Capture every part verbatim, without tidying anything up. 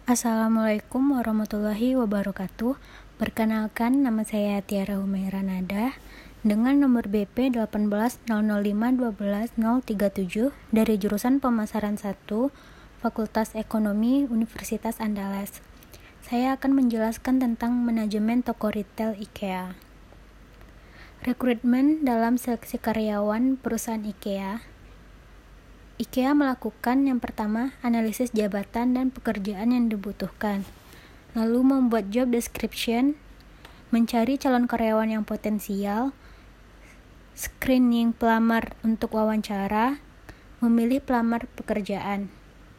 Assalamualaikum warahmatullahi wabarakatuh. Perkenalkan, nama saya Tiara Humaira Nada dengan nomor B P delapan belas nol nol lima satu dua nol tiga tujuh dari jurusan Pemasaran satu Fakultas Ekonomi Universitas Andalas. Saya akan menjelaskan tentang manajemen toko retail IKEA. Rekrutmen dalam seleksi karyawan perusahaan IKEA. IKEA melakukan yang pertama, analisis jabatan dan pekerjaan yang dibutuhkan, lalu membuat job description, mencari calon karyawan yang potensial, screening pelamar untuk wawancara, memilih pelamar pekerjaan.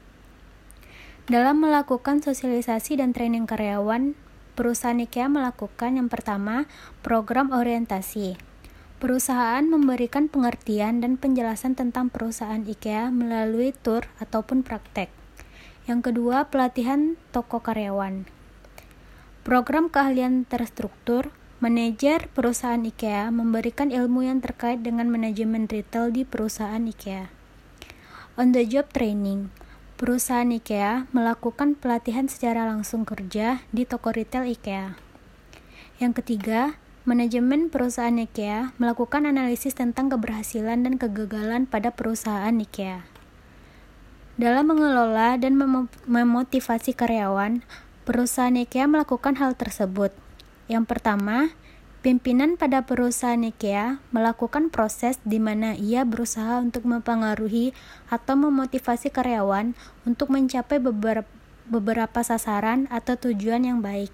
Dalam melakukan sosialisasi dan training karyawan, perusahaan IKEA melakukan yang pertama, program orientasi. Perusahaan memberikan pengertian dan penjelasan tentang perusahaan IKEA melalui tur ataupun praktek. Yang kedua, pelatihan toko karyawan. Program keahlian terstruktur, manajer perusahaan IKEA memberikan ilmu yang terkait dengan manajemen retail di perusahaan IKEA. On the job training, perusahaan IKEA melakukan pelatihan secara langsung kerja di toko retail IKEA. Yang ketiga, manajemen perusahaan IKEA melakukan analisis tentang keberhasilan dan kegagalan pada perusahaan IKEA. Dalam mengelola dan mem- memotivasi karyawan, perusahaan IKEA melakukan hal tersebut. Yang pertama, pimpinan pada perusahaan IKEA melakukan proses di mana ia berusaha untuk mempengaruhi atau memotivasi karyawan untuk mencapai beberapa, beberapa sasaran atau tujuan yang baik.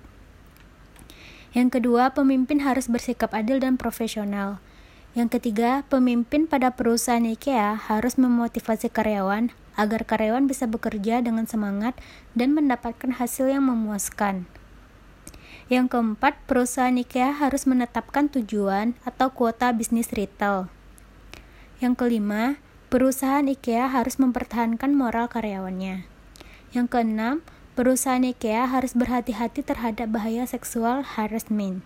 Yang kedua, pemimpin harus bersikap adil dan profesional. Yang ketiga, pemimpin pada perusahaan IKEA harus memotivasi karyawan agar karyawan bisa bekerja dengan semangat dan mendapatkan hasil yang memuaskan. Yang keempat, perusahaan IKEA harus menetapkan tujuan atau kuota bisnis retail. Yang kelima, perusahaan IKEA harus mempertahankan moral karyawannya. Yang keenam, perusahaan IKEA harus berhati-hati terhadap bahaya seksual harassment.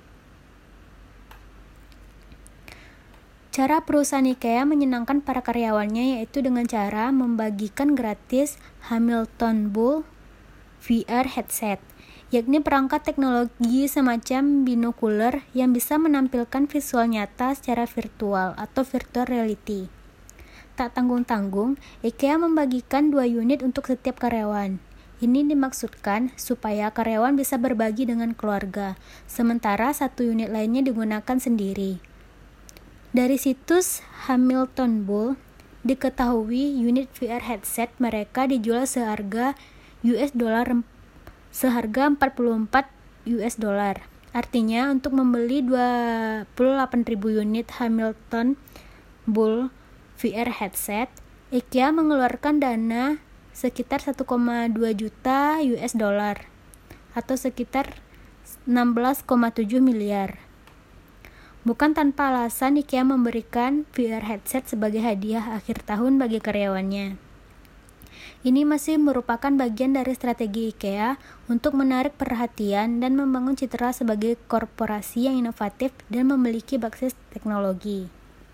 Cara perusahaan IKEA menyenangkan para karyawannya yaitu dengan cara membagikan gratis Hamilton Bull V R headset, yakni perangkat teknologi semacam binokular yang bisa menampilkan visual nyata secara virtual atau virtual reality. Tak tanggung-tanggung, IKEA membagikan dua unit untuk setiap karyawan. Ini dimaksudkan supaya karyawan bisa berbagi dengan keluarga, sementara satu unit lainnya digunakan sendiri. Dari situs Hamilton Bull, diketahui unit V R headset mereka dijual seharga U S dollar seharga empat puluh empat U S dollar. Artinya untuk membeli dua puluh delapan ribu unit Hamilton Bull V R headset, IKEA mengeluarkan dana sekitar satu koma dua juta U S dollar atau sekitar enam belas koma tujuh miliar. Bukan tanpa alasan IKEA memberikan V R headset sebagai hadiah akhir tahun bagi karyawannya. Ini masih merupakan bagian dari strategi IKEA untuk menarik perhatian dan membangun citra sebagai korporasi yang inovatif dan memiliki basis teknologi.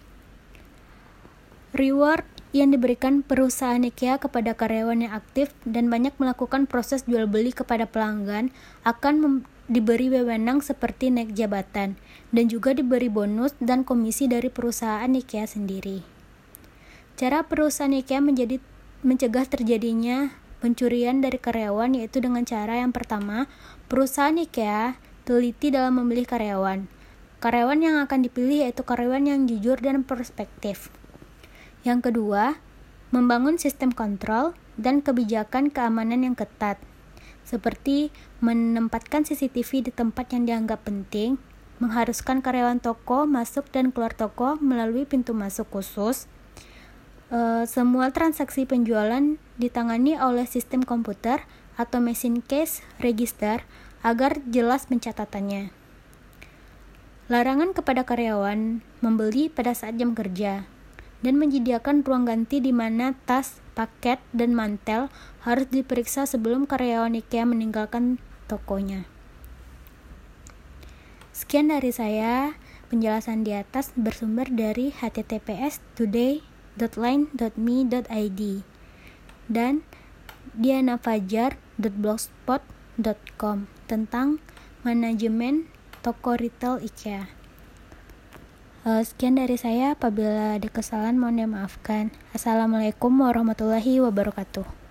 Reward yang diberikan perusahaan IKEA kepada karyawan yang aktif dan banyak melakukan proses jual beli kepada pelanggan akan mem- diberi wewenang seperti naik jabatan dan juga diberi bonus dan komisi dari perusahaan IKEA sendiri. Cara perusahaan IKEA menjadi mencegah terjadinya pencurian dari karyawan yaitu dengan cara yang pertama, perusahaan IKEA teliti dalam memilih karyawan. Karyawan yang akan dipilih yaitu karyawan yang jujur dan prospektif. Yang kedua, membangun sistem kontrol dan kebijakan keamanan yang ketat, seperti menempatkan C C T V di tempat yang dianggap penting, mengharuskan karyawan toko masuk dan keluar toko melalui pintu masuk khusus. E, semua transaksi penjualan ditangani oleh sistem komputer atau machine cash register agar jelas pencatatannya. Larangan kepada karyawan membeli pada saat jam kerja, dan menyediakan ruang ganti di mana tas, paket, dan mantel harus diperiksa sebelum karyawan IKEA meninggalkan tokonya. Sekian dari saya, penjelasan di atas bersumber dari h t t p s today dot line dot me dot i d dan dianafajar dot blogspot dot com tentang manajemen toko retail IKEA. Uh, sekian dari saya, apabila ada kesalahan mohon dimaafkan. Assalamualaikum warahmatullahi wabarakatuh.